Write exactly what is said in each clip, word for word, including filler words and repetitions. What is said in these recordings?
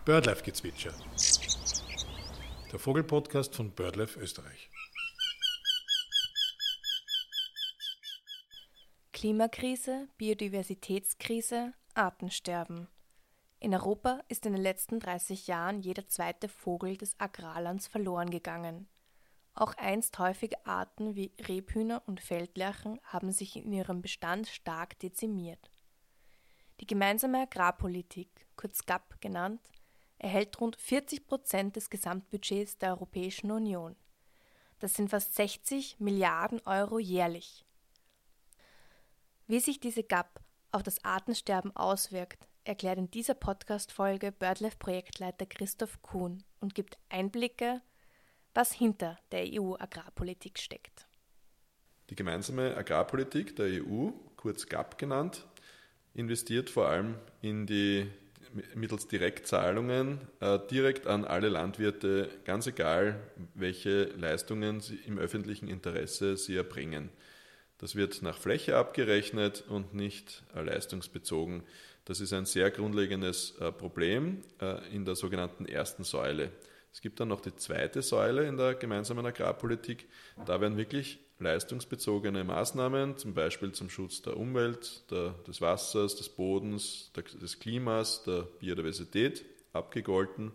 Birdlife-Gezwitscher. Der Vogelpodcast von Birdlife Österreich. Klimakrise, Biodiversitätskrise, Artensterben. In Europa ist in den letzten dreißig Jahren jeder zweite Vogel des Agrarlands verloren gegangen. Auch einst häufige Arten wie Rebhühner und Feldlerchen haben sich in ihrem Bestand stark dezimiert. Die gemeinsame Agrarpolitik, kurz G A P genannt, erhält rund vierzig Prozent des Gesamtbudgets der Europäischen Union. Das sind fast sechzig Milliarden Euro jährlich. Wie sich diese G A P auf das Artensterben auswirkt, erklärt in dieser Podcast-Folge BirdLife-Projektleiter Christoph Kuhn und gibt Einblicke, was hinter der E U-Agrarpolitik steckt. Die gemeinsame Agrarpolitik der E U, kurz G A P genannt, investiert vor allem in die mittels Direktzahlungen äh, direkt an alle Landwirte, ganz egal, welche Leistungen sie im öffentlichen Interesse sie erbringen. Das wird nach Fläche abgerechnet und nicht äh, leistungsbezogen. Das ist ein sehr grundlegendes äh, Problem äh, in der sogenannten ersten Säule. Es gibt dann noch die zweite Säule in der gemeinsamen Agrarpolitik. Da werden wirklich leistungsbezogene Maßnahmen, zum Beispiel zum Schutz der Umwelt, der, des Wassers, des Bodens, der, des Klimas, der Biodiversität abgegolten.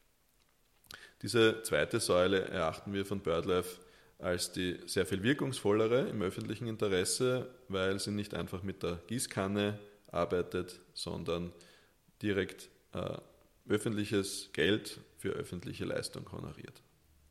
Diese zweite Säule erachten wir von BirdLife als die sehr viel wirkungsvollere im öffentlichen Interesse, weil sie nicht einfach mit der Gießkanne arbeitet, sondern direkt äh, öffentliches Geld für öffentliche Leistung honoriert.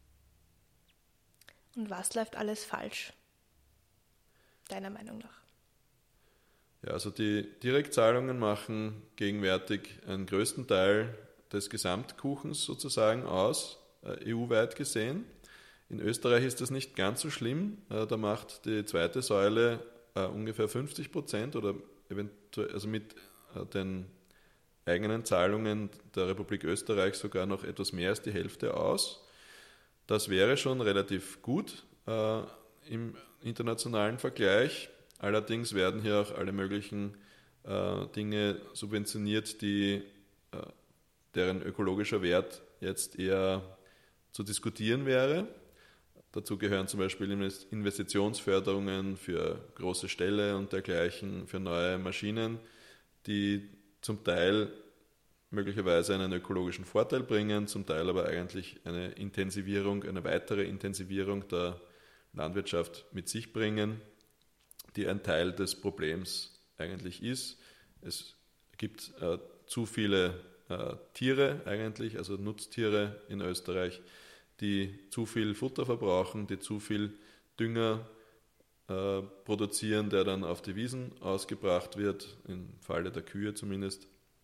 Und was läuft alles falsch, deiner Meinung nach? Ja, also die Direktzahlungen machen gegenwärtig einen größten Teil des Gesamtkuchens sozusagen aus, äh, E U-weit gesehen. In Österreich ist das nicht ganz so schlimm. Äh, da macht die zweite Säule äh, ungefähr fünfzig Prozent oder eventuell, also mit äh, den eigenen Zahlungen der Republik Österreich sogar noch etwas mehr als die Hälfte aus. Das wäre schon relativ gut äh, im internationalen Vergleich. Allerdings werden hier auch alle möglichen äh, Dinge subventioniert, die, äh, deren ökologischer Wert jetzt eher zu diskutieren wäre. Dazu gehören zum Beispiel Investitionsförderungen für große Ställe und dergleichen, für neue Maschinen, die zum Teil möglicherweise einen ökologischen Vorteil bringen, zum Teil aber eigentlich eine Intensivierung, eine weitere Intensivierung der Landwirtschaft mit sich bringen, die ein Teil des Problems eigentlich ist. Es gibt äh, zu viele äh, Tiere eigentlich, also Nutztiere in Österreich, die zu viel Futter verbrauchen, die zu viel Dünger äh, produzieren, der dann auf die Wiesen ausgebracht wird, im Falle der Kühe zumindest.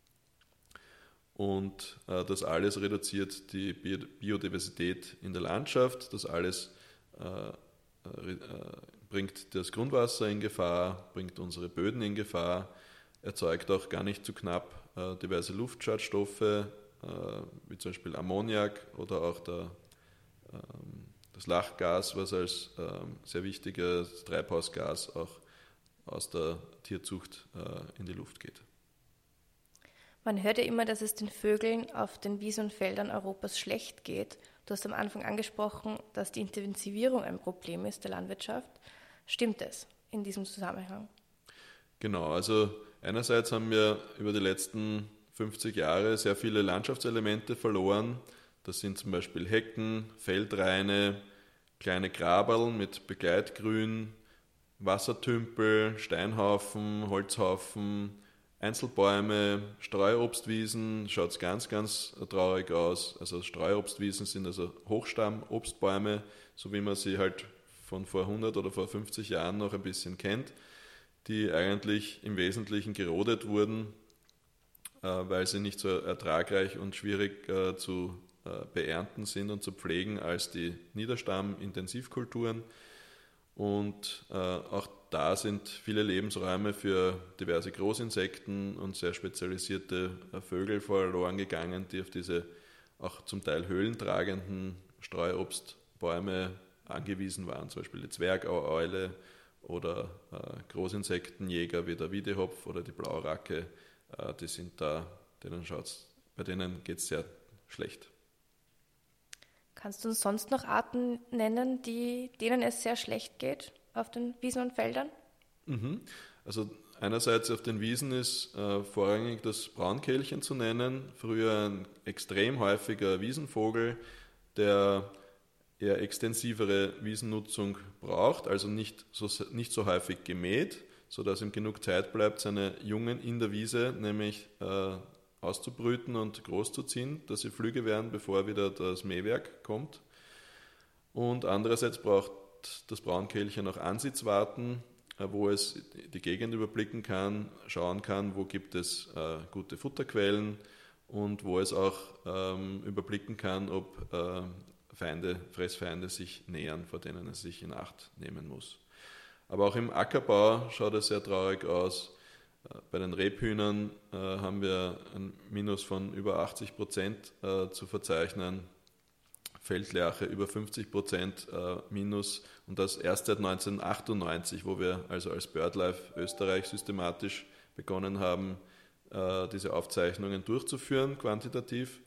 Und äh, das alles reduziert die Biodiversität in der Landschaft, das alles äh, äh, bringt das Grundwasser in Gefahr, bringt unsere Böden in Gefahr, erzeugt auch gar nicht zu knapp äh, diverse Luftschadstoffe, äh, wie zum Beispiel Ammoniak oder auch der, äh, das Lachgas, was als äh, sehr wichtiges Treibhausgas auch aus der Tierzucht äh, in die Luft geht. Man hört ja immer, dass es den Vögeln auf den Wiesen und Feldern Europas schlecht geht. Du hast am Anfang angesprochen, dass die Intensivierung ein Problem ist der Landwirtschaft. Stimmt es in diesem Zusammenhang? Genau, also einerseits haben wir über die letzten fünfzig Jahre sehr viele Landschaftselemente verloren. Das sind zum Beispiel Hecken, Feldraine, kleine Graberln mit Begleitgrün, Wassertümpel, Steinhaufen, Holzhaufen, Einzelbäume, Streuobstwiesen, schaut es ganz, ganz traurig aus. Also Streuobstwiesen sind also Hochstammobstbäume, so wie man sie halt von vor hundert oder vor fünfzig Jahren noch ein bisschen kennt, die eigentlich im Wesentlichen gerodet wurden, äh, weil sie nicht so ertragreich und schwierig äh, zu äh, beernten sind und zu pflegen als die Niederstamm-Intensivkulturen. Und äh, auch da sind viele Lebensräume für diverse Großinsekten und sehr spezialisierte äh, Vögel verloren gegangen, die auf diese auch zum Teil höhlentragenden Streuobstbäume angewiesen waren, zum Beispiel die Zwergaueule oder äh, Großinsektenjäger wie der Wiedehopf oder die Blauracke, äh, die sind da, denen schaut es bei denen geht es sehr schlecht. Kannst du uns sonst noch Arten nennen, die, denen es sehr schlecht geht auf den Wiesen und Feldern? Mhm. Also einerseits auf den Wiesen ist äh, vorrangig das Braunkehlchen zu nennen, früher ein extrem häufiger Wiesenvogel, der eher extensivere Wiesennutzung braucht, also nicht so, nicht so häufig gemäht, sodass ihm genug Zeit bleibt, seine Jungen in der Wiese nämlich äh, auszubrüten und großzuziehen, dass sie Flüge werden, bevor wieder das Mähwerk kommt. Und andererseits braucht das Braunkehlchen auch Ansitzwarten, wo es die Gegend überblicken kann, schauen kann, wo gibt es äh, gute Futterquellen und wo es auch ähm, überblicken kann, ob äh, Feinde, Fressfeinde sich nähern, vor denen es sich in Acht nehmen muss. Aber auch im Ackerbau schaut es sehr traurig aus. Bei den Rebhühnern äh, haben wir ein Minus von über achtzig Prozent äh, zu verzeichnen, Feldlerche über fünfzig Prozent äh, Minus und das erst seit neunzehnhundertachtundneunzig, wo wir also als BirdLife Österreich systematisch begonnen haben, äh, diese Aufzeichnungen durchzuführen, quantitativ.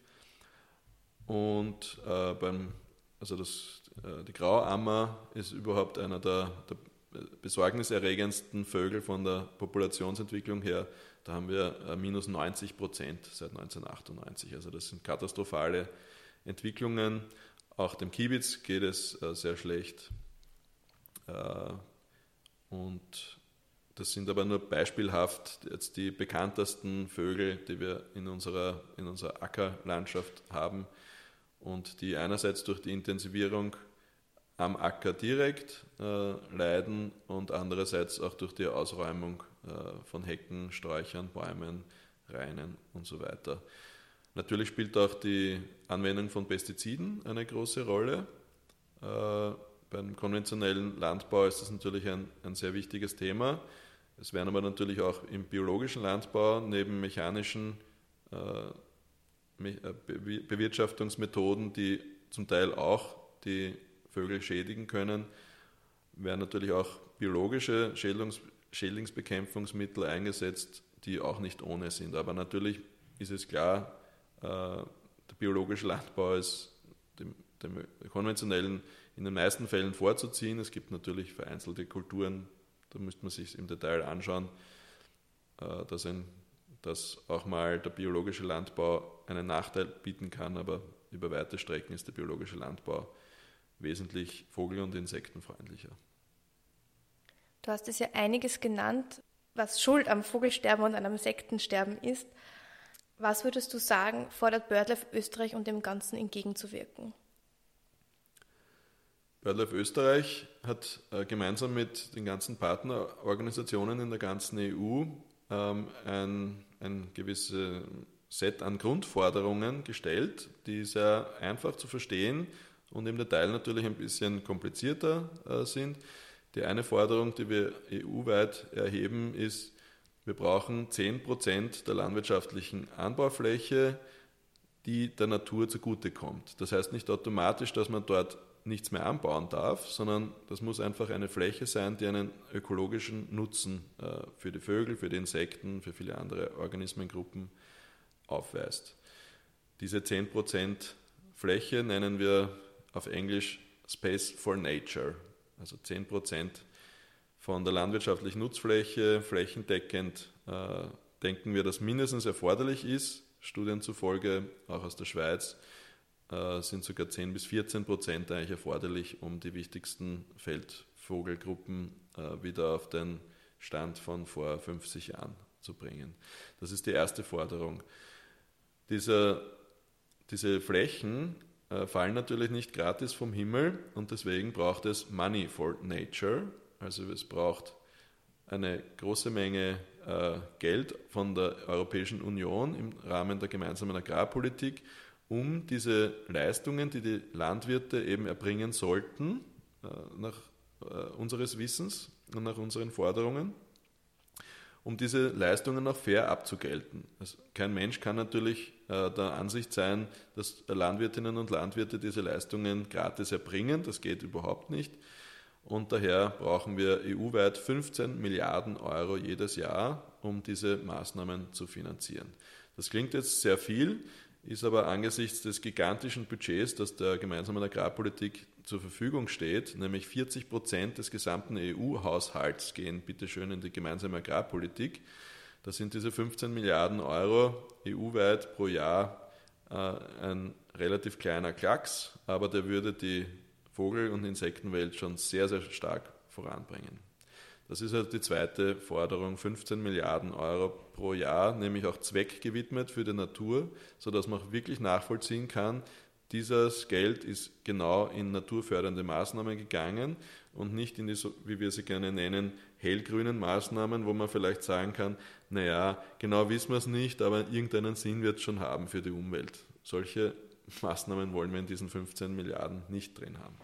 Und äh, beim, also das, äh, die Grauammer ist überhaupt einer der, der besorgniserregendsten Vögel von der Populationsentwicklung her. Da haben wir äh, minus neunzig Prozent seit neunzehnhundertachtundneunzig. Also das sind katastrophale Entwicklungen. Auch dem Kiebitz geht es äh, sehr schlecht. Äh, und das sind aber nur beispielhaft jetzt die bekanntesten Vögel, die wir in unserer, in unserer Ackerlandschaft haben und die einerseits durch die Intensivierung am Acker direkt äh, leiden und andererseits auch durch die Ausräumung äh, von Hecken, Sträuchern, Bäumen, Rainen und so weiter. Natürlich spielt auch die Anwendung von Pestiziden eine große Rolle. Äh, beim konventionellen Landbau ist das natürlich ein, ein sehr wichtiges Thema. Es werden aber natürlich auch im biologischen Landbau neben mechanischen äh, Be- Bewirtschaftungsmethoden, die zum Teil auch die Vögel schädigen können, werden natürlich auch biologische Schädlungs- Schädlingsbekämpfungsmittel eingesetzt, die auch nicht ohne sind. Aber natürlich ist es klar, äh, der biologische Landbau ist dem, dem konventionellen in den meisten Fällen vorzuziehen. Es gibt natürlich vereinzelte Kulturen, da müsste man sich im Detail anschauen, äh, dass, ein, dass auch mal der biologische Landbau einen Nachteil bieten kann, aber über weite Strecken ist der biologische Landbau wesentlich vogel- und insektenfreundlicher. Du hast es ja einiges genannt, was schuld am Vogelsterben und am Insektensterben ist. Was würdest du sagen, fordert BirdLife Österreich, um dem Ganzen entgegenzuwirken? BirdLife Österreich hat äh, gemeinsam mit den ganzen Partnerorganisationen in der ganzen E U ähm, ein, ein gewisses Set an Grundforderungen gestellt, die sehr einfach zu verstehen und im Detail natürlich ein bisschen komplizierter äh, sind. Die eine Forderung, die wir E U-weit erheben, ist, wir brauchen zehn Prozent der landwirtschaftlichen Anbaufläche, die der Natur zugutekommt. Das heißt nicht automatisch, dass man dort nichts mehr anbauen darf, sondern das muss einfach eine Fläche sein, die einen ökologischen Nutzen äh, für die Vögel, für die Insekten, für viele andere Organismengruppen aufweist. Diese zehn Prozent Fläche nennen wir auf Englisch Space for Nature, also zehn Prozent von der landwirtschaftlichen Nutzfläche, flächendeckend äh, denken wir, dass mindestens erforderlich ist. Studien zufolge, auch aus der Schweiz, äh, sind sogar zehn bis vierzehn Prozent eigentlich erforderlich, um die wichtigsten Feldvogelgruppen äh, wieder auf den Stand von vor fünfzig Jahren zu bringen. Das ist die erste Forderung. Diese, diese Flächen fallen natürlich nicht gratis vom Himmel und deswegen braucht es Money for Nature, also es braucht eine große Menge äh, Geld von der Europäischen Union im Rahmen der gemeinsamen Agrarpolitik, um diese Leistungen, die die Landwirte eben erbringen sollten, äh, nach äh, unseres Wissens und nach unseren Forderungen, um diese Leistungen auch fair abzugelten. Also kein Mensch kann natürlich äh, der Ansicht sein, dass Landwirtinnen und Landwirte diese Leistungen gratis erbringen. Das geht überhaupt nicht. Und daher brauchen wir E U-weit fünfzehn Milliarden Euro jedes Jahr, um diese Maßnahmen zu finanzieren. Das klingt jetzt sehr viel, ist aber angesichts des gigantischen Budgets, das der gemeinsamen Agrarpolitik zur Verfügung steht, nämlich vierzig Prozent des gesamten E U-Haushalts gehen bitteschön in die gemeinsame Agrarpolitik. Das sind diese fünfzehn Milliarden Euro E U-weit pro Jahr äh, ein relativ kleiner Klacks, aber der würde die Vogel- und Insektenwelt schon sehr, sehr stark voranbringen. Das ist halt die zweite Forderung, fünfzehn Milliarden Euro pro Jahr, nämlich auch zweckgewidmet für die Natur, sodass man auch wirklich nachvollziehen kann, dieses Geld ist genau in naturfördernde Maßnahmen gegangen und nicht in die, wie wir sie gerne nennen, hellgrünen Maßnahmen, wo man vielleicht sagen kann, naja, genau wissen wir es nicht, aber irgendeinen Sinn wird es schon haben für die Umwelt. Solche Maßnahmen wollen wir in diesen fünfzehn Milliarden nicht drin haben.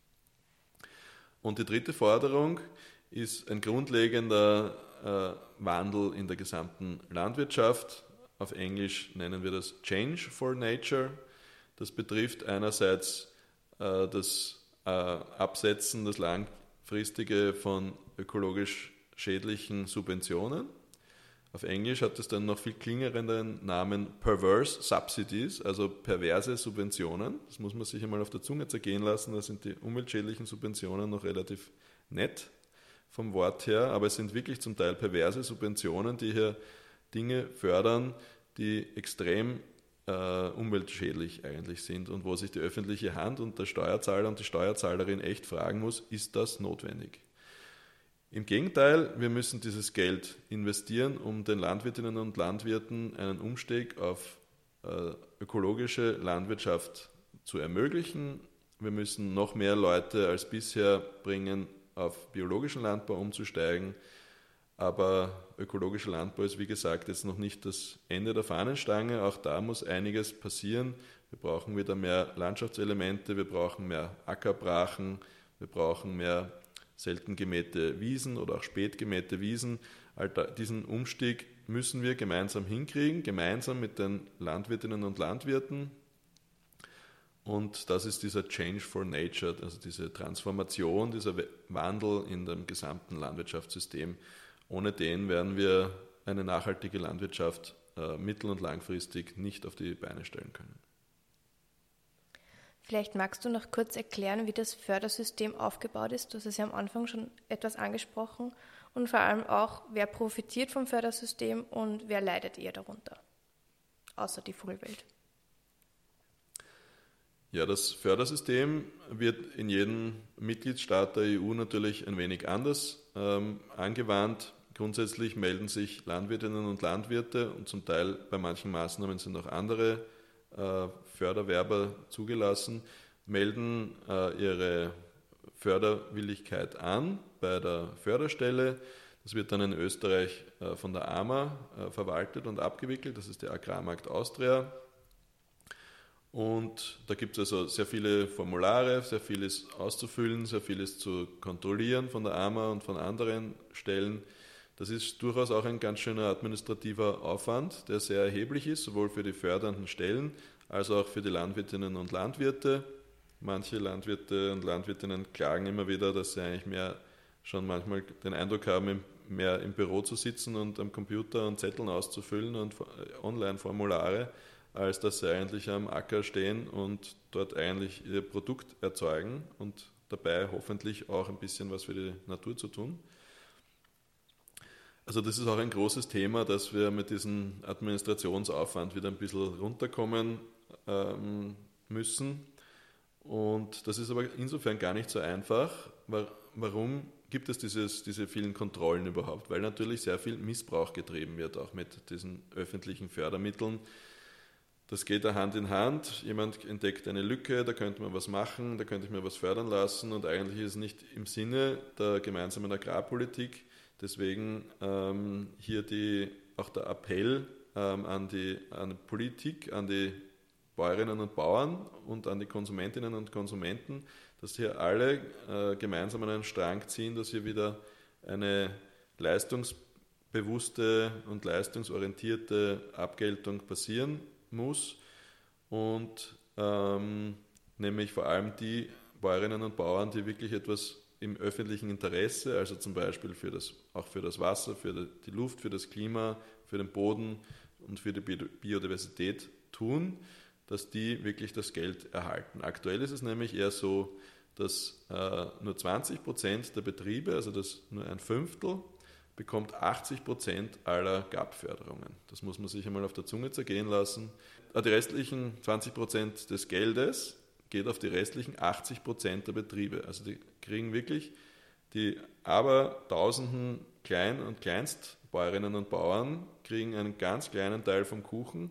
Und die dritte Forderung ist ein grundlegender äh, Wandel in der gesamten Landwirtschaft. Auf Englisch nennen wir das Change for Nature. Das betrifft einerseits äh, das äh, Absetzen, das langfristige von ökologisch schädlichen Subventionen. Auf Englisch hat es dann noch viel klingerenden Namen Perverse Subsidies, also perverse Subventionen. Das muss man sich einmal auf der Zunge zergehen lassen. Da sind die umweltschädlichen Subventionen noch relativ nett vom Wort her, aber es sind wirklich zum Teil perverse Subventionen, die hier Dinge fördern, die extrem äh, umweltschädlich eigentlich sind und wo sich die öffentliche Hand und der Steuerzahler und die Steuerzahlerin echt fragen muss, ist das notwendig? Im Gegenteil, wir müssen dieses Geld investieren, um den Landwirtinnen und Landwirten einen Umstieg auf äh, ökologische Landwirtschaft zu ermöglichen. Wir müssen noch mehr Leute als bisher bringen, auf biologischen Landbau umzusteigen. Aber ökologischer Landbau ist, wie gesagt, jetzt noch nicht das Ende der Fahnenstange. Auch da muss einiges passieren. Wir brauchen wieder mehr Landschaftselemente, wir brauchen mehr Ackerbrachen, wir brauchen mehr selten gemähte Wiesen oder auch spät gemähte Wiesen. Diesen Umstieg müssen wir gemeinsam hinkriegen, gemeinsam mit den Landwirtinnen und Landwirten. Und das ist dieser Change for Nature, also diese Transformation, dieser Wandel in dem gesamten Landwirtschaftssystem. Ohne den werden wir eine nachhaltige Landwirtschaft äh, mittel- und langfristig nicht auf die Beine stellen können. Vielleicht magst du noch kurz erklären, wie das Fördersystem aufgebaut ist. Du hast es ja am Anfang schon etwas angesprochen. Und vor allem auch, wer profitiert vom Fördersystem und wer leidet eher darunter, außer die Vogelwelt. Ja, das Fördersystem wird in jedem Mitgliedstaat der E U natürlich ein wenig anders ähm, angewandt. Grundsätzlich melden sich Landwirtinnen und Landwirte und zum Teil bei manchen Maßnahmen sind auch andere äh, Förderwerber zugelassen, melden äh, ihre Förderwilligkeit an bei der Förderstelle. Das wird dann in Österreich äh, von der A M A äh, verwaltet und abgewickelt. Das ist der Agrarmarkt Austria. Und da gibt es also sehr viele Formulare, sehr vieles auszufüllen, sehr vieles zu kontrollieren von der A M A und von anderen Stellen. Das ist durchaus auch ein ganz schöner administrativer Aufwand, der sehr erheblich ist, sowohl für die fördernden Stellen als auch für die Landwirtinnen und Landwirte. Manche Landwirte und Landwirtinnen klagen immer wieder, dass sie eigentlich mehr schon manchmal den Eindruck haben, mehr im Büro zu sitzen und am Computer und Zetteln auszufüllen und Online-Formulare, als dass sie eigentlich am Acker stehen und dort eigentlich ihr Produkt erzeugen und dabei hoffentlich auch ein bisschen was für die Natur zu tun. Also das ist auch ein großes Thema, dass wir mit diesem Administrationsaufwand wieder ein bisschen runterkommen ähm, müssen. Und das ist aber insofern gar nicht so einfach. Warum gibt es dieses, diese vielen Kontrollen überhaupt? Weil natürlich sehr viel Missbrauch getrieben wird, auch mit diesen öffentlichen Fördermitteln. Das geht da Hand in Hand. Jemand entdeckt eine Lücke, da könnte man was machen, da könnte ich mir was fördern lassen und eigentlich ist es nicht im Sinne der gemeinsamen Agrarpolitik. Deswegen ähm, hier die, auch der Appell ähm, an, die, an die Politik, an die Bäuerinnen und Bauern und an die Konsumentinnen und Konsumenten, dass hier alle äh, gemeinsam an einen Strang ziehen, dass hier wieder eine leistungsbewusste und leistungsorientierte Abgeltung passieren muss und ähm, nämlich vor allem die Bäuerinnen und Bauern, die wirklich etwas im öffentlichen Interesse, also zum Beispiel für das, auch für das Wasser, für die Luft, für das Klima, für den Boden und für die Biodiversität tun, dass die wirklich das Geld erhalten. Aktuell ist es nämlich eher so, dass äh, nur zwanzig Prozent der Betriebe, also das nur ein Fünftel, bekommt achtzig Prozent aller G A B-Förderungen. Das muss man sich einmal auf der Zunge zergehen lassen. Die restlichen zwanzig Prozent des Geldes geht auf die restlichen achtzig Prozent der Betriebe. Also die kriegen wirklich die Abertausenden Klein- und Kleinstbäuerinnen und Bauern kriegen einen ganz kleinen Teil vom Kuchen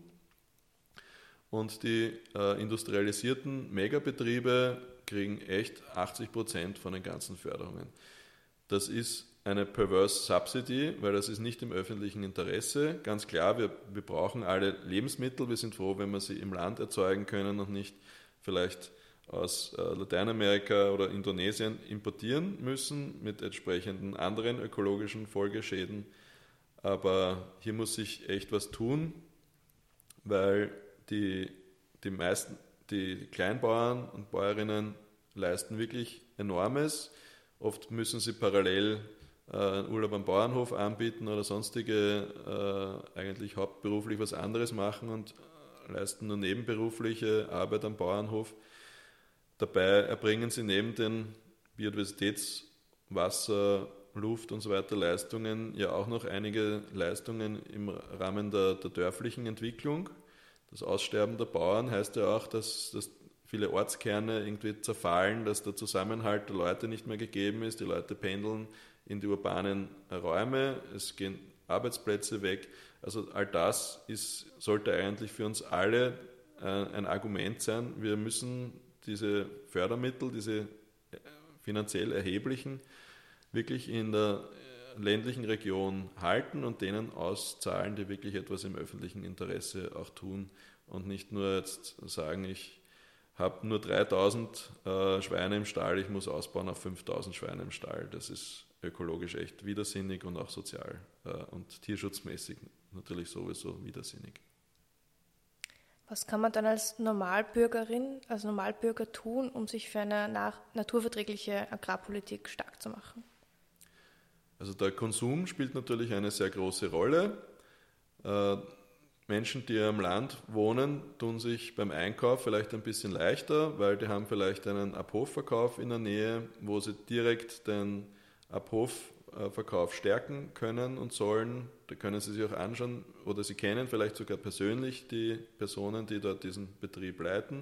und die äh, industrialisierten Megabetriebe kriegen echt achtzig Prozent von den ganzen Förderungen. Das ist eine perverse Subsidy, weil das ist nicht im öffentlichen Interesse. Ganz klar, wir, wir brauchen alle Lebensmittel. Wir sind froh, wenn wir sie im Land erzeugen können und nicht vielleicht aus äh, Lateinamerika oder Indonesien importieren müssen mit entsprechenden anderen ökologischen Folgeschäden. Aber hier muss sich echt was tun, weil die, die meisten, die Kleinbauern und Bäuerinnen leisten wirklich Enormes. Oft müssen sie parallel äh, einen Urlaub am Bauernhof anbieten oder sonstige, äh, eigentlich hauptberuflich was anderes machen und leisten nur nebenberufliche Arbeit am Bauernhof. Dabei erbringen sie neben den Biodiversitäts-, Wasser-, Luft- und so weiter Leistungen ja auch noch einige Leistungen im Rahmen der, der dörflichen Entwicklung. Das Aussterben der Bauern heißt ja auch, dass, dass viele Ortskerne irgendwie zerfallen, dass der Zusammenhalt der Leute nicht mehr gegeben ist. Die Leute pendeln in die urbanen Räume, es gehen Arbeitsplätze weg. Also all das ist, sollte eigentlich für uns alle ein Argument sein. Wir müssen diese Fördermittel, diese finanziell erheblichen, wirklich in der ländlichen Region halten und denen auszahlen, die wirklich etwas im öffentlichen Interesse auch tun und nicht nur jetzt sagen, ich habe nur dreitausend äh, Schweine im Stall, ich muss ausbauen auf fünftausend Schweine im Stall. Das ist ökologisch echt widersinnig und auch sozial äh, und tierschutzmäßig natürlich sowieso widersinnig. Was kann man dann als Normalbürgerin, als Normalbürger tun, um sich für eine nach- naturverträgliche Agrarpolitik stark zu machen? Also der Konsum spielt natürlich eine sehr große Rolle. Äh, Menschen, die am Land wohnen, tun sich beim Einkauf vielleicht ein bisschen leichter, weil die haben vielleicht einen Abhofverkauf in der Nähe, wo sie direkt den Abhofverkauf stärken können und sollen. Da können sie sich auch anschauen oder sie kennen vielleicht sogar persönlich die Personen, die dort diesen Betrieb leiten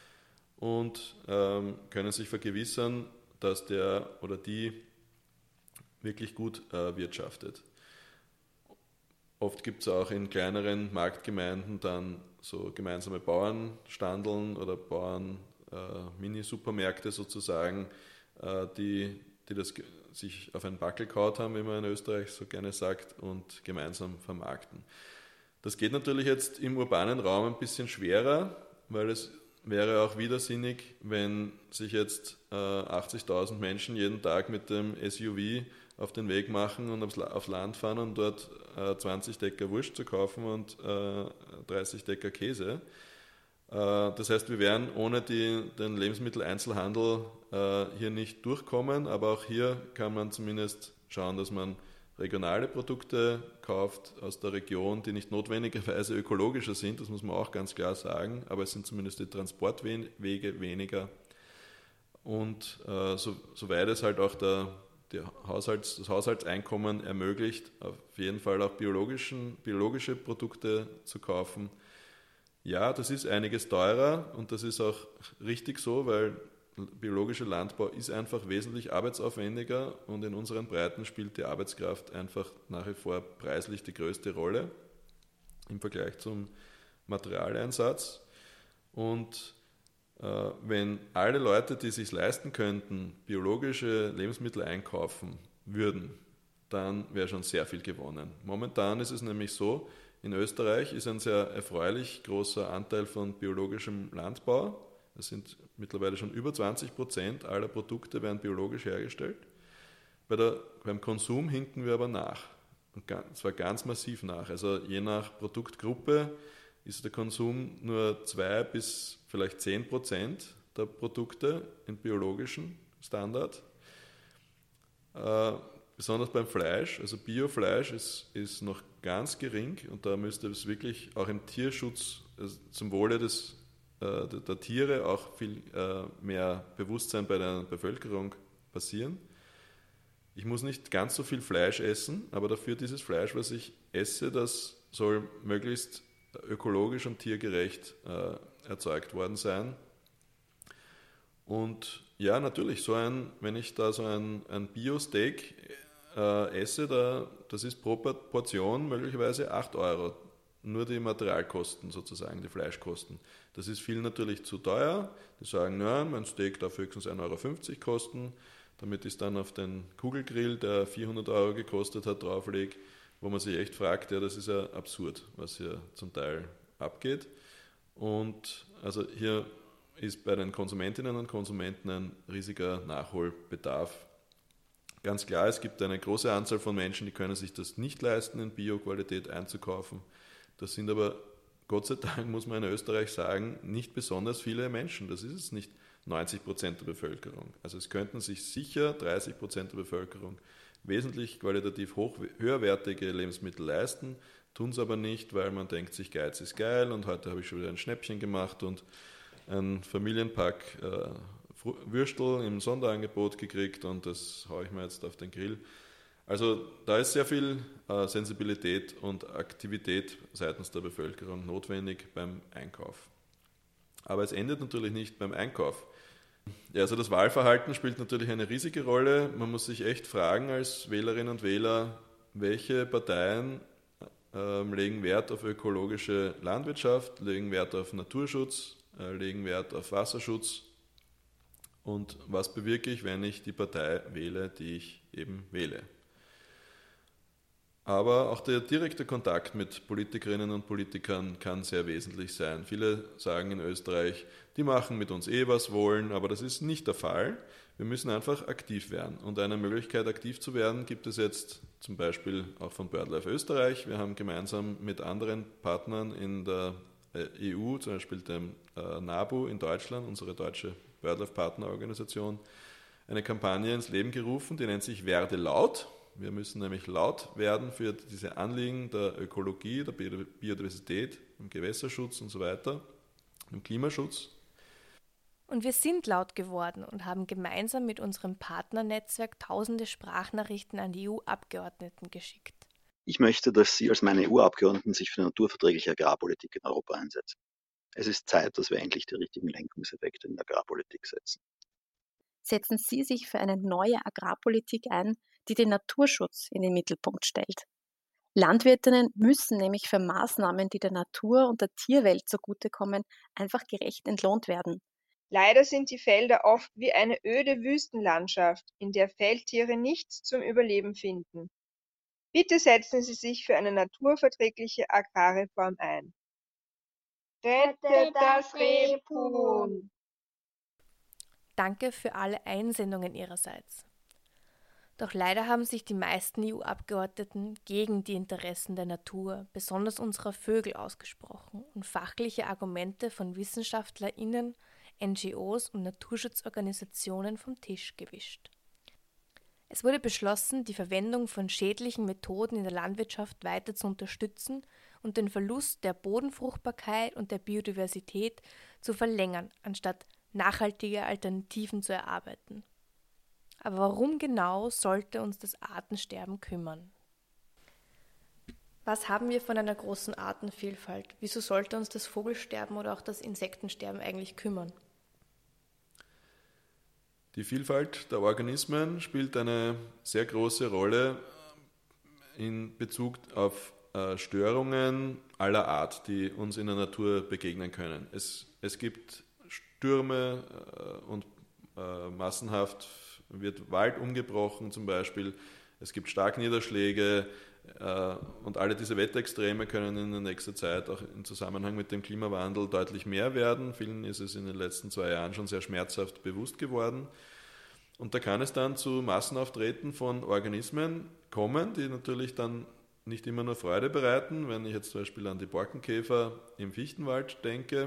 und ähm, können sich vergewissern, dass der oder die wirklich gut äh, wirtschaftet. Oft gibt es auch in kleineren Marktgemeinden dann so gemeinsame Bauernstandeln oder Bauern-Mini-Supermärkte äh, sozusagen, äh, die, die das sich auf einen Backel kaut haben, wie man in Österreich so gerne sagt, und gemeinsam vermarkten. Das geht natürlich jetzt im urbanen Raum ein bisschen schwerer, weil es wäre auch widersinnig, wenn sich jetzt äh, achtzigtausend Menschen jeden Tag mit dem S U V auf den Weg machen und aufs, aufs Land fahren und dort äh, zwanzig Decker Wurst zu kaufen und äh, dreißig Decker Käse. Äh, das heißt, wir werden ohne die, den Lebensmitteleinzelhandel äh, hier nicht durchkommen, aber auch hier kann man zumindest schauen, dass man regionale Produkte kauft aus der Region, die nicht notwendigerweise ökologischer sind, das muss man auch ganz klar sagen, aber es sind zumindest die Transportwege weniger. Und äh, so, soweit es halt auch der Die Haushalts-, das Haushaltseinkommen ermöglicht, auf jeden Fall auch biologischen, biologische Produkte zu kaufen. Ja, das ist einiges teurer und das ist auch richtig so, weil biologischer Landbau ist einfach wesentlich arbeitsaufwendiger und in unseren Breiten spielt die Arbeitskraft einfach nach wie vor preislich die größte Rolle im Vergleich zum Materialeinsatz. Und wenn alle Leute, die es sich leisten könnten, biologische Lebensmittel einkaufen würden, dann wäre schon sehr viel gewonnen. Momentan ist es nämlich so, in Österreich ist ein sehr erfreulich großer Anteil von biologischem Landbau. Es sind mittlerweile schon über zwanzig Prozent aller Produkte werden biologisch hergestellt. Bei der, beim Konsum hinken wir aber nach, und zwar ganz massiv nach. Also je nach Produktgruppe ist der Konsum nur zwei bis vielleicht zehn Prozent der Produkte in biologischen Standard. Äh, besonders beim Fleisch, also Biofleisch ist, ist noch ganz gering und da müsste es wirklich auch im Tierschutz also zum Wohle des, äh, der, der Tiere auch viel äh, mehr Bewusstsein bei der Bevölkerung passieren. Ich muss nicht ganz so viel Fleisch essen, aber dafür dieses Fleisch, was ich esse, das soll möglichst ökologisch und tiergerecht äh, erzeugt worden sein. Und ja, natürlich, so ein, wenn ich da so ein, ein Bio-Steak äh, esse, da, das ist pro Portion möglicherweise acht Euro. Nur die Materialkosten sozusagen, die Fleischkosten. Das ist vielen natürlich zu teuer. Die sagen, na, mein Steak darf höchstens ein Euro fünfzig kosten. Damit ich es dann auf den Kugelgrill, der vierhundert Euro gekostet hat, drauflege, wo man sich echt fragt, ja, das ist ja absurd, was hier zum Teil abgeht. Und also hier ist bei den Konsumentinnen und Konsumenten ein riesiger Nachholbedarf. Ganz klar, es gibt eine große Anzahl von Menschen, die können sich das nicht leisten, in Bio-Qualität einzukaufen. Das sind aber, Gott sei Dank, muss man in Österreich sagen, nicht besonders viele Menschen. Das ist es nicht neunzig Prozent der Bevölkerung. Also es könnten sich sicher dreißig Prozent der Bevölkerung wesentlich qualitativ hoch, höherwertige Lebensmittel leisten, tun es aber nicht, weil man denkt sich, Geiz ist geil und heute habe ich schon wieder ein Schnäppchen gemacht und ein Familienpack äh, Würstel im Sonderangebot gekriegt und das haue ich mir jetzt auf den Grill. Also da ist sehr viel äh, Sensibilität und Aktivität seitens der Bevölkerung notwendig beim Einkauf. Aber es endet natürlich nicht beim Einkauf. Ja, also das Wahlverhalten spielt natürlich eine riesige Rolle. Man muss sich echt fragen als Wählerinnen und Wähler, welche Parteien äh, legen Wert auf ökologische Landwirtschaft, legen Wert auf Naturschutz, äh, legen Wert auf Wasserschutz und was bewirke ich, wenn ich die Partei wähle, die ich eben wähle. Aber auch der direkte Kontakt mit Politikerinnen und Politikern kann sehr wesentlich sein. Viele sagen in Österreich, die machen mit uns eh was wollen, aber das ist nicht der Fall. Wir müssen einfach aktiv werden. Und eine Möglichkeit, aktiv zu werden, gibt es jetzt zum Beispiel auch von BirdLife Österreich. Wir haben gemeinsam mit anderen Partnern in der E U, zum Beispiel dem NABU in Deutschland, unsere deutsche BirdLife-Partnerorganisation, eine Kampagne ins Leben gerufen, die nennt sich Werde laut. Wir müssen nämlich laut werden für diese Anliegen der Ökologie, der Biodiversität, im Gewässerschutz und so weiter, im Klimaschutz. Und wir sind laut geworden und haben gemeinsam mit unserem Partnernetzwerk tausende Sprachnachrichten an die E U-Abgeordneten geschickt. Ich möchte, dass Sie als meine E U-Abgeordneten sich für eine naturverträgliche Agrarpolitik in Europa einsetzen. Es ist Zeit, dass wir endlich die richtigen Lenkungseffekte in der Agrarpolitik setzen. Setzen Sie sich für eine neue Agrarpolitik ein, die den Naturschutz in den Mittelpunkt stellt. Landwirtinnen müssen nämlich für Maßnahmen, die der Natur und der Tierwelt zugutekommen, einfach gerecht entlohnt werden. Leider sind die Felder oft wie eine öde Wüstenlandschaft, in der Feldtiere nichts zum Überleben finden. Bitte setzen Sie sich für eine naturverträgliche Agrarreform ein. Rettet das Rebhuhn! Danke für alle Einsendungen Ihrerseits. Doch leider haben sich die meisten E U-Abgeordneten gegen die Interessen der Natur, besonders unserer Vögel, ausgesprochen und fachliche Argumente von WissenschaftlerInnen, N G Os und Naturschutzorganisationen vom Tisch gewischt. Es wurde beschlossen, die Verwendung von schädlichen Methoden in der Landwirtschaft weiter zu unterstützen und den Verlust der Bodenfruchtbarkeit und der Biodiversität zu verlängern, anstatt nachhaltige Alternativen zu erarbeiten. Aber warum genau sollte uns das Artensterben kümmern? Was haben wir von einer großen Artenvielfalt? Wieso sollte uns das Vogelsterben oder auch das Insektensterben eigentlich kümmern? Die Vielfalt der Organismen spielt eine sehr große Rolle in Bezug auf äh, Störungen aller Art, die uns in der Natur begegnen können. Es, es gibt Stürme äh, und äh, massenhaft wird Wald umgebrochen zum Beispiel. Es gibt Starkniederschläge äh, und alle diese Wetterextreme können in der nächsten Zeit auch im Zusammenhang mit dem Klimawandel deutlich mehr werden. Vielen ist es in den letzten zwei Jahren schon sehr schmerzhaft bewusst geworden. Und da kann es dann zu Massenauftreten von Organismen kommen, die natürlich dann nicht immer nur Freude bereiten. Wenn ich jetzt zum Beispiel an die Borkenkäfer im Fichtenwald denke.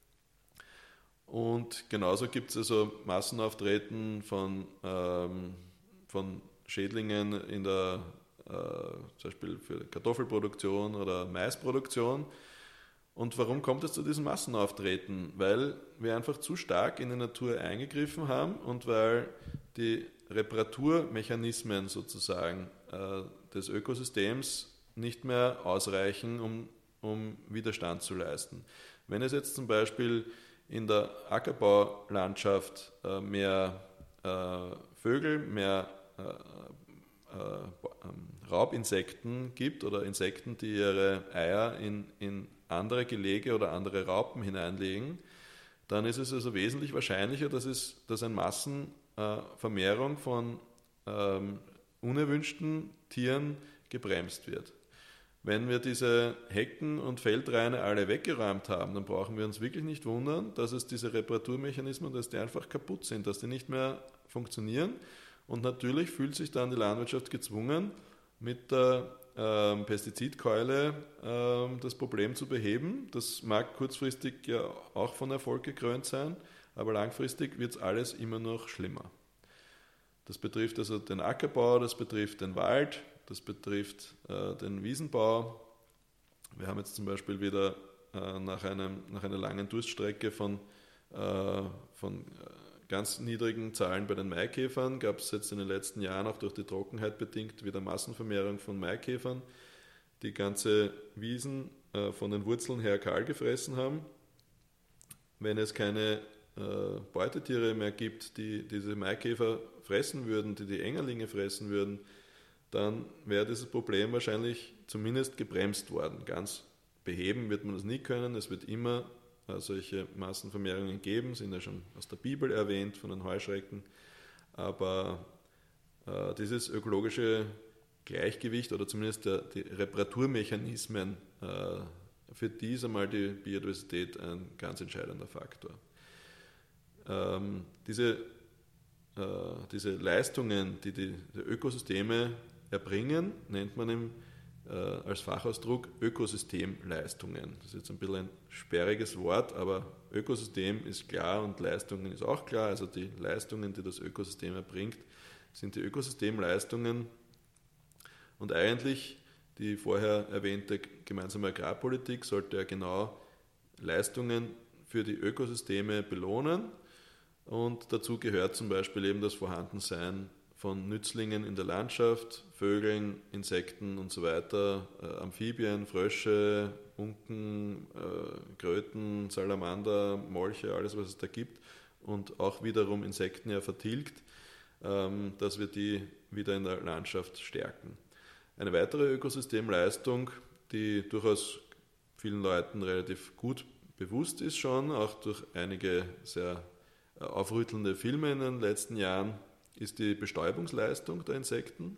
Und genauso gibt es also Massenauftreten von, ähm, von Schädlingen in der zum Beispiel für Kartoffelproduktion oder Maisproduktion. Und warum kommt es zu diesem Massenauftreten? Weil wir einfach zu stark in die Natur eingegriffen haben und weil die Reparaturmechanismen sozusagen äh, des Ökosystems nicht mehr ausreichen, um, um Widerstand zu leisten. Wenn es jetzt zum Beispiel in der Ackerbaulandschaft äh, mehr äh, Vögel, mehr äh, äh, Raubinsekten gibt oder Insekten, die ihre Eier in, in andere Gelege oder andere Raupen hineinlegen, dann ist es also wesentlich wahrscheinlicher, dass, es, dass eine Massenvermehrung von ähm, unerwünschten Tieren gebremst wird. Wenn wir diese Hecken und Feldraine alle weggeräumt haben, dann brauchen wir uns wirklich nicht wundern, dass es diese Reparaturmechanismen, dass die einfach kaputt sind, dass die nicht mehr funktionieren. Und natürlich fühlt sich dann die Landwirtschaft gezwungen, mit der ähm, Pestizidkeule ähm, das Problem zu beheben. Das mag kurzfristig ja auch von Erfolg gekrönt sein, aber langfristig wird es alles immer noch schlimmer. Das betrifft also den Ackerbau, das betrifft den Wald, das betrifft äh, den Wiesenbau. Wir haben jetzt zum Beispiel wieder äh, nach, einem, nach einer langen Durststrecke von, äh, von äh, ganz niedrigen Zahlen bei den Maikäfern, gab es jetzt in den letzten Jahren auch durch die Trockenheit bedingt wieder Massenvermehrung von Maikäfern, die ganze Wiesen äh, von den Wurzeln her kahl gefressen haben. Wenn es keine äh, Beutetiere mehr gibt, die diese Maikäfer fressen würden, die die Engerlinge fressen würden, dann wäre dieses Problem wahrscheinlich zumindest gebremst worden. Ganz beheben wird man das nie können. Es wird immer äh, solche Massenvermehrungen geben, sind ja schon aus der Bibel erwähnt, von den Heuschrecken. Aber äh, dieses ökologische Gleichgewicht oder zumindest der, die Reparaturmechanismen, äh, für die ist einmal die Biodiversität ein ganz entscheidender Faktor. Ähm, diese, äh, diese Leistungen, die die, die Ökosysteme erbringen, nennt man im, äh, als Fachausdruck Ökosystemleistungen. Das ist jetzt ein bisschen ein sperriges Wort, aber Ökosystem ist klar und Leistungen ist auch klar. Also die Leistungen, die das Ökosystem erbringt, sind die Ökosystemleistungen. Und eigentlich die vorher erwähnte gemeinsame Agrarpolitik sollte ja genau Leistungen für die Ökosysteme belohnen. Und dazu gehört zum Beispiel eben das Vorhandensein von Nützlingen in der Landschaft, Vögeln, Insekten und so weiter, äh, Amphibien, Frösche, Unken, äh, Kröten, Salamander, Molche, alles was es da gibt und auch wiederum Insekten ja vertilgt, ähm, dass wir die wieder in der Landschaft stärken. Eine weitere Ökosystemleistung, die durchaus vielen Leuten relativ gut bewusst ist schon, auch durch einige sehr aufrüttelnde Filme in den letzten Jahren, ist die Bestäubungsleistung der Insekten.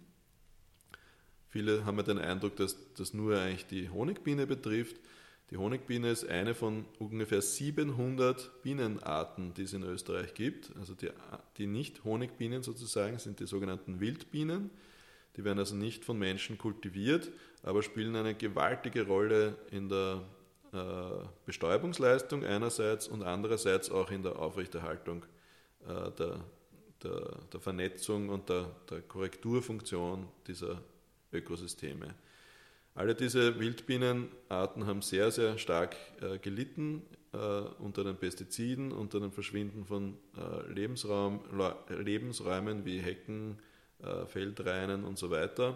Viele haben ja den Eindruck, dass das nur eigentlich die Honigbiene betrifft. Die Honigbiene ist eine von ungefähr siebenhundert Bienenarten, die es in Österreich gibt. Also die, die Nicht-Honigbienen sozusagen sind die sogenannten Wildbienen. Die werden also nicht von Menschen kultiviert, aber spielen eine gewaltige Rolle in der äh, Bestäubungsleistung einerseits und andererseits auch in der Aufrechterhaltung äh, der, der, der Vernetzung und der, der Korrekturfunktion dieser Ökosysteme. Alle diese Wildbienenarten haben sehr, sehr stark äh, gelitten äh, unter den Pestiziden, unter dem Verschwinden von äh, Lebensraum, Lebensräumen wie Hecken, äh, Feldrainen und so weiter.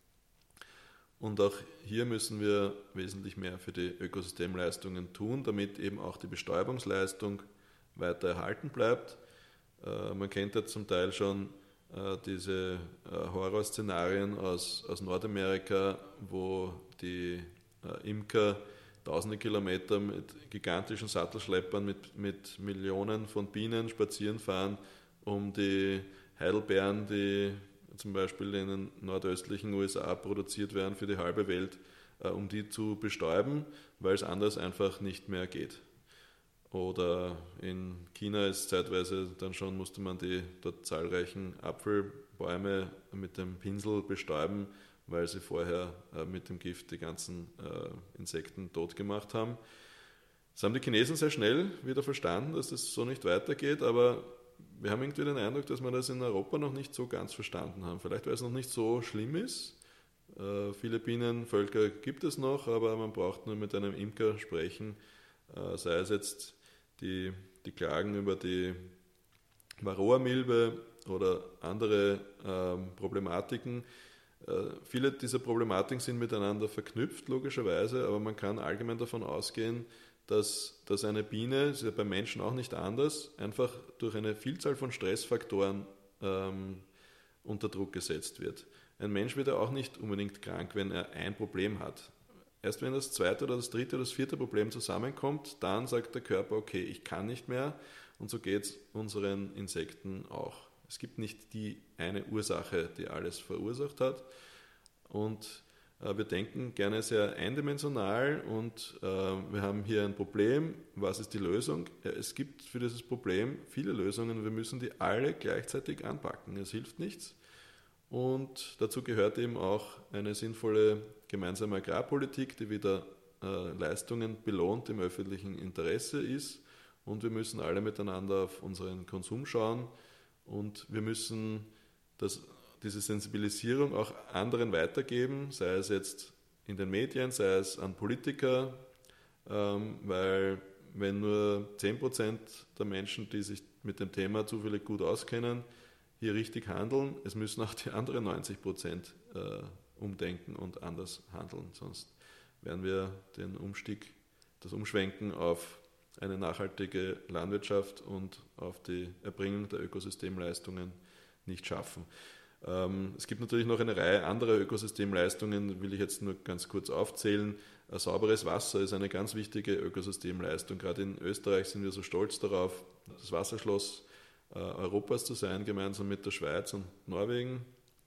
Und auch hier müssen wir wesentlich mehr für die Ökosystemleistungen tun, damit eben auch die Bestäubungsleistung weiter erhalten bleibt. Äh, man kennt ja zum Teil schon äh, diese äh, Horrorszenarien aus, aus Nordamerika, wo die äh, Imker tausende Kilometer mit gigantischen Sattelschleppern mit, mit Millionen von Bienen spazieren fahren, um die Heidelbeeren, die zum Beispiel in den nordöstlichen U S A produziert werden für die halbe Welt, äh, um die zu bestäuben, weil es anders einfach nicht mehr geht. Oder in China ist zeitweise dann schon, musste man die dort zahlreichen Apfelbäume mit dem Pinsel bestäuben, weil sie vorher äh, mit dem Gift die ganzen äh, Insekten tot gemacht haben. Das haben die Chinesen sehr schnell wieder verstanden, dass das so nicht weitergeht, aber wir haben irgendwie den Eindruck, dass wir das in Europa noch nicht so ganz verstanden haben. Vielleicht weil es noch nicht so schlimm ist, Äh, viele Bienenvölker gibt es noch, aber man braucht nur mit einem Imker sprechen, äh, sei es jetzt die, die Klagen über die Varroa-Milbe oder andere ähm, Problematiken. Äh, viele dieser Problematiken sind miteinander verknüpft, logischerweise, aber man kann allgemein davon ausgehen, dass, dass eine Biene, das ist ja beim Menschen auch nicht anders, einfach durch eine Vielzahl von Stressfaktoren ähm, unter Druck gesetzt wird. Ein Mensch wird ja auch nicht unbedingt krank, wenn er ein Problem hat. Erst wenn das zweite oder das dritte oder das vierte Problem zusammenkommt, dann sagt der Körper, okay, ich kann nicht mehr, und so geht es unseren Insekten auch. Es gibt nicht die eine Ursache, die alles verursacht hat, und äh, wir denken gerne sehr eindimensional und äh, wir haben hier ein Problem, was ist die Lösung? Ja, es gibt für dieses Problem viele Lösungen, wir müssen die alle gleichzeitig anpacken, es hilft nichts. Und dazu gehört eben auch eine sinnvolle gemeinsame Agrarpolitik, die wieder äh, Leistungen belohnt im öffentlichen Interesse ist. Und wir müssen alle miteinander auf unseren Konsum schauen und wir müssen das, diese Sensibilisierung auch anderen weitergeben, sei es jetzt in den Medien, sei es an Politiker, ähm, weil wenn nur zehn Prozent der Menschen, die sich mit dem Thema zufällig gut auskennen, hier richtig handeln, es müssen auch die anderen neunzig Prozent äh, umdenken und anders handeln, sonst werden wir den Umstieg, das Umschwenken auf eine nachhaltige Landwirtschaft und auf die Erbringung der Ökosystemleistungen nicht schaffen. Ähm, es gibt natürlich noch eine Reihe anderer Ökosystemleistungen, will ich jetzt nur ganz kurz aufzählen. Ein sauberes Wasser ist eine ganz wichtige Ökosystemleistung. Gerade in Österreich sind wir so stolz darauf, das Wasserschloss Europas zu sein, gemeinsam mit der Schweiz und Norwegen.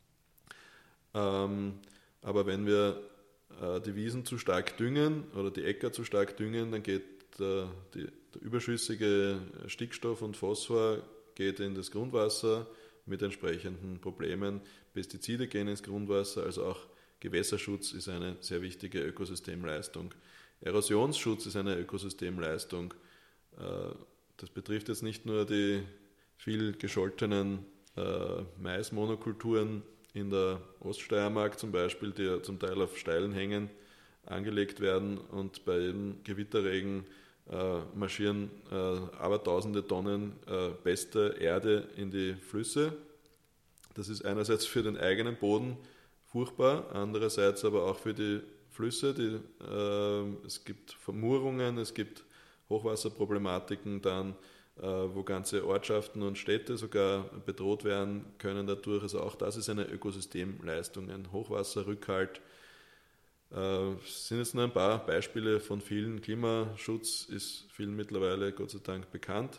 Ähm, aber wenn wir äh, die Wiesen zu stark düngen oder die Äcker zu stark düngen, dann geht äh, die, der überschüssige Stickstoff und Phosphor geht in das Grundwasser mit entsprechenden Problemen. Pestizide gehen ins Grundwasser, also auch Gewässerschutz ist eine sehr wichtige Ökosystemleistung. Erosionsschutz ist eine Ökosystemleistung. Äh, das betrifft jetzt nicht nur die viel gescholtenen äh, Maismonokulturen in der Oststeiermark zum Beispiel, die ja zum Teil auf steilen Hängen angelegt werden und bei jedem Gewitterregen äh, marschieren äh, abertausende Tonnen äh, beste Erde in die Flüsse. Das ist einerseits für den eigenen Boden furchtbar, andererseits aber auch für die Flüsse. Die, äh, es gibt Vermurungen, es gibt Hochwasserproblematiken dann, wo ganze Ortschaften und Städte sogar bedroht werden können dadurch. Also auch das ist eine Ökosystemleistung, ein Hochwasserrückhalt. Das sind jetzt nur ein paar Beispiele von vielen. Klimaschutz ist vielen mittlerweile Gott sei Dank bekannt.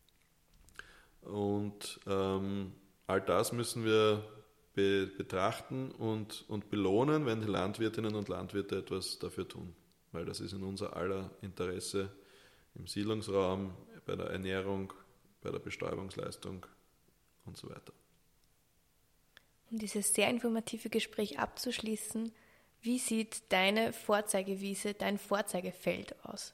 Und ähm, all das müssen wir be- betrachten und, und belohnen, wenn die Landwirtinnen und Landwirte etwas dafür tun. Weil das ist in unser aller Interesse im Siedlungsraum, bei der Ernährung, bei der Bestäubungsleistung und so weiter. Um dieses sehr informative Gespräch abzuschließen, wie sieht deine Vorzeigewiese, dein Vorzeigefeld aus?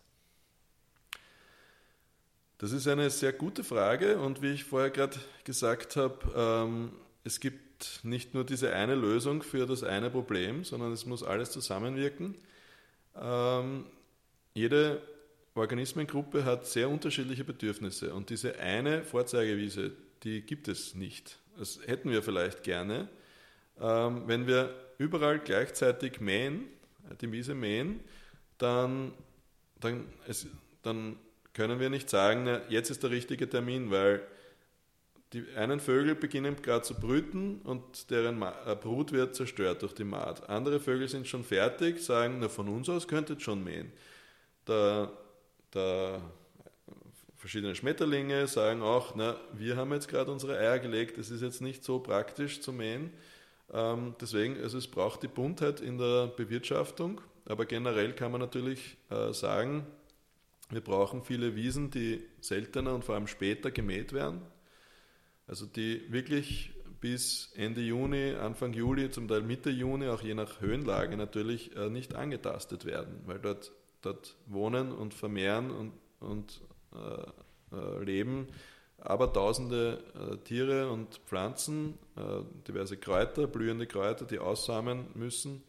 Das ist eine sehr gute Frage und wie ich vorher gerade gesagt habe, ähm, es gibt nicht nur diese eine Lösung für das eine Problem, sondern es muss alles zusammenwirken. Ähm, jede Organismengruppe hat sehr unterschiedliche Bedürfnisse und diese eine Vorzeigewiese, die gibt es nicht. Das hätten wir vielleicht gerne. Ähm, wenn wir überall gleichzeitig mähen, die Wiese mähen, dann, dann, es, dann können wir nicht sagen, na, jetzt ist der richtige Termin, weil die einen Vögel beginnen gerade zu brüten und deren Brut wird zerstört durch die Maat. Andere Vögel sind schon fertig, sagen, na, von uns aus könntet ihr schon mähen. Der Da verschiedene Schmetterlinge sagen auch, na, wir haben jetzt gerade unsere Eier gelegt, es ist jetzt nicht so praktisch zu mähen. Ähm, deswegen, also es braucht die Buntheit in der Bewirtschaftung, aber generell kann man natürlich äh, sagen, wir brauchen viele Wiesen, die seltener und vor allem später gemäht werden. Also die wirklich bis Ende Juni, Anfang Juli, zum Teil Mitte Juni, auch je nach Höhenlage natürlich äh, nicht angetastet werden, weil dort dort wohnen und vermehren und, und äh, äh, leben aber tausende äh, Tiere und Pflanzen, äh, diverse Kräuter, blühende Kräuter, die aussamen müssen.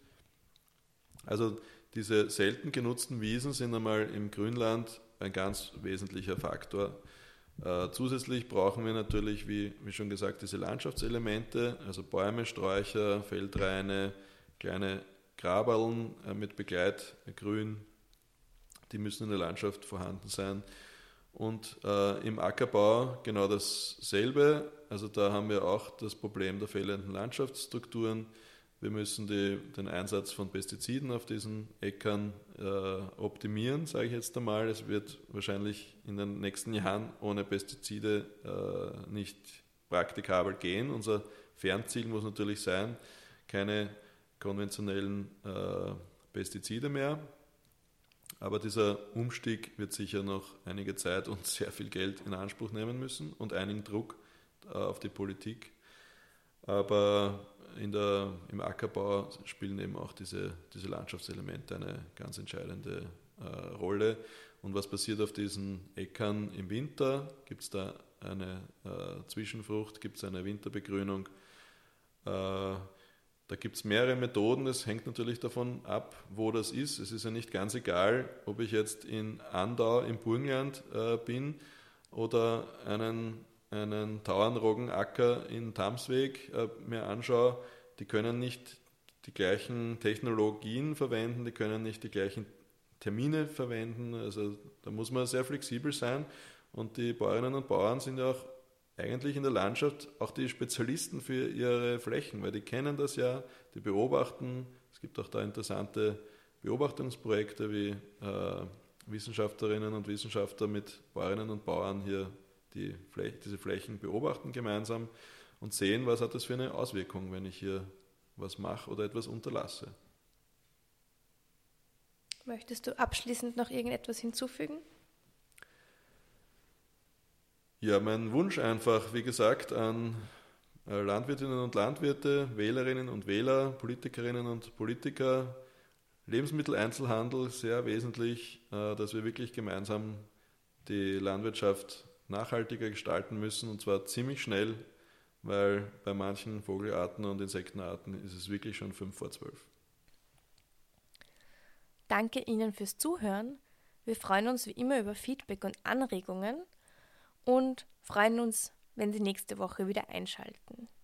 Also diese selten genutzten Wiesen sind einmal im Grünland ein ganz wesentlicher Faktor. Äh, zusätzlich brauchen wir natürlich, wie, wie schon gesagt, diese Landschaftselemente, also Bäume, Sträucher, Feldraine, kleine Graberln äh, mit Begleitgrün, die müssen in der Landschaft vorhanden sein. Und äh, im Ackerbau genau dasselbe, also da haben wir auch das Problem der fehlenden Landschaftsstrukturen. Wir müssen die, den Einsatz von Pestiziden auf diesen Äckern äh, optimieren, sage ich jetzt einmal. Es wird wahrscheinlich in den nächsten Jahren ohne Pestizide äh, nicht praktikabel gehen. Unser Fernziel muss natürlich sein, keine konventionellen äh, Pestizide mehr. Aber dieser Umstieg wird sicher noch einige Zeit und sehr viel Geld in Anspruch nehmen müssen und einigen Druck äh, auf die Politik. Aber in der, im Ackerbau spielen eben auch diese, diese Landschaftselemente eine ganz entscheidende äh, Rolle. Und was passiert auf diesen Äckern im Winter? Gibt es da eine äh, Zwischenfrucht? Gibt es eine Winterbegrünung? Äh, da gibt es mehrere Methoden. Es hängt natürlich davon ab, wo das ist. Es ist ja nicht ganz egal, ob ich jetzt in Andau im Burgenland äh, bin oder einen einen Tauernroggenacker in Tamsweg äh, mir anschaue, die können nicht die gleichen Technologien verwenden, die können nicht die gleichen Termine verwenden, also da muss man sehr flexibel sein und die Bäuerinnen und Bauern sind ja auch eigentlich in der Landschaft auch die Spezialisten für ihre Flächen, weil die kennen das ja, die beobachten, es gibt auch da interessante Beobachtungsprojekte wie äh, Wissenschaftlerinnen und Wissenschaftler mit Bäuerinnen und Bauern hier die Fläche, diese Flächen beobachten gemeinsam und sehen, was hat das für eine Auswirkung, wenn ich hier was mache oder etwas unterlasse. Möchtest du abschließend noch irgendetwas hinzufügen? Ja, mein Wunsch einfach, wie gesagt, an Landwirtinnen und Landwirte, Wählerinnen und Wähler, Politikerinnen und Politiker, Lebensmitteleinzelhandel, sehr wesentlich, dass wir wirklich gemeinsam die Landwirtschaft nachhaltiger gestalten müssen und zwar ziemlich schnell, weil bei manchen Vogelarten und Insektenarten ist es wirklich schon fünf vor zwölf. Danke Ihnen fürs Zuhören. Wir freuen uns wie immer über Feedback und Anregungen und freuen uns, wenn Sie nächste Woche wieder einschalten.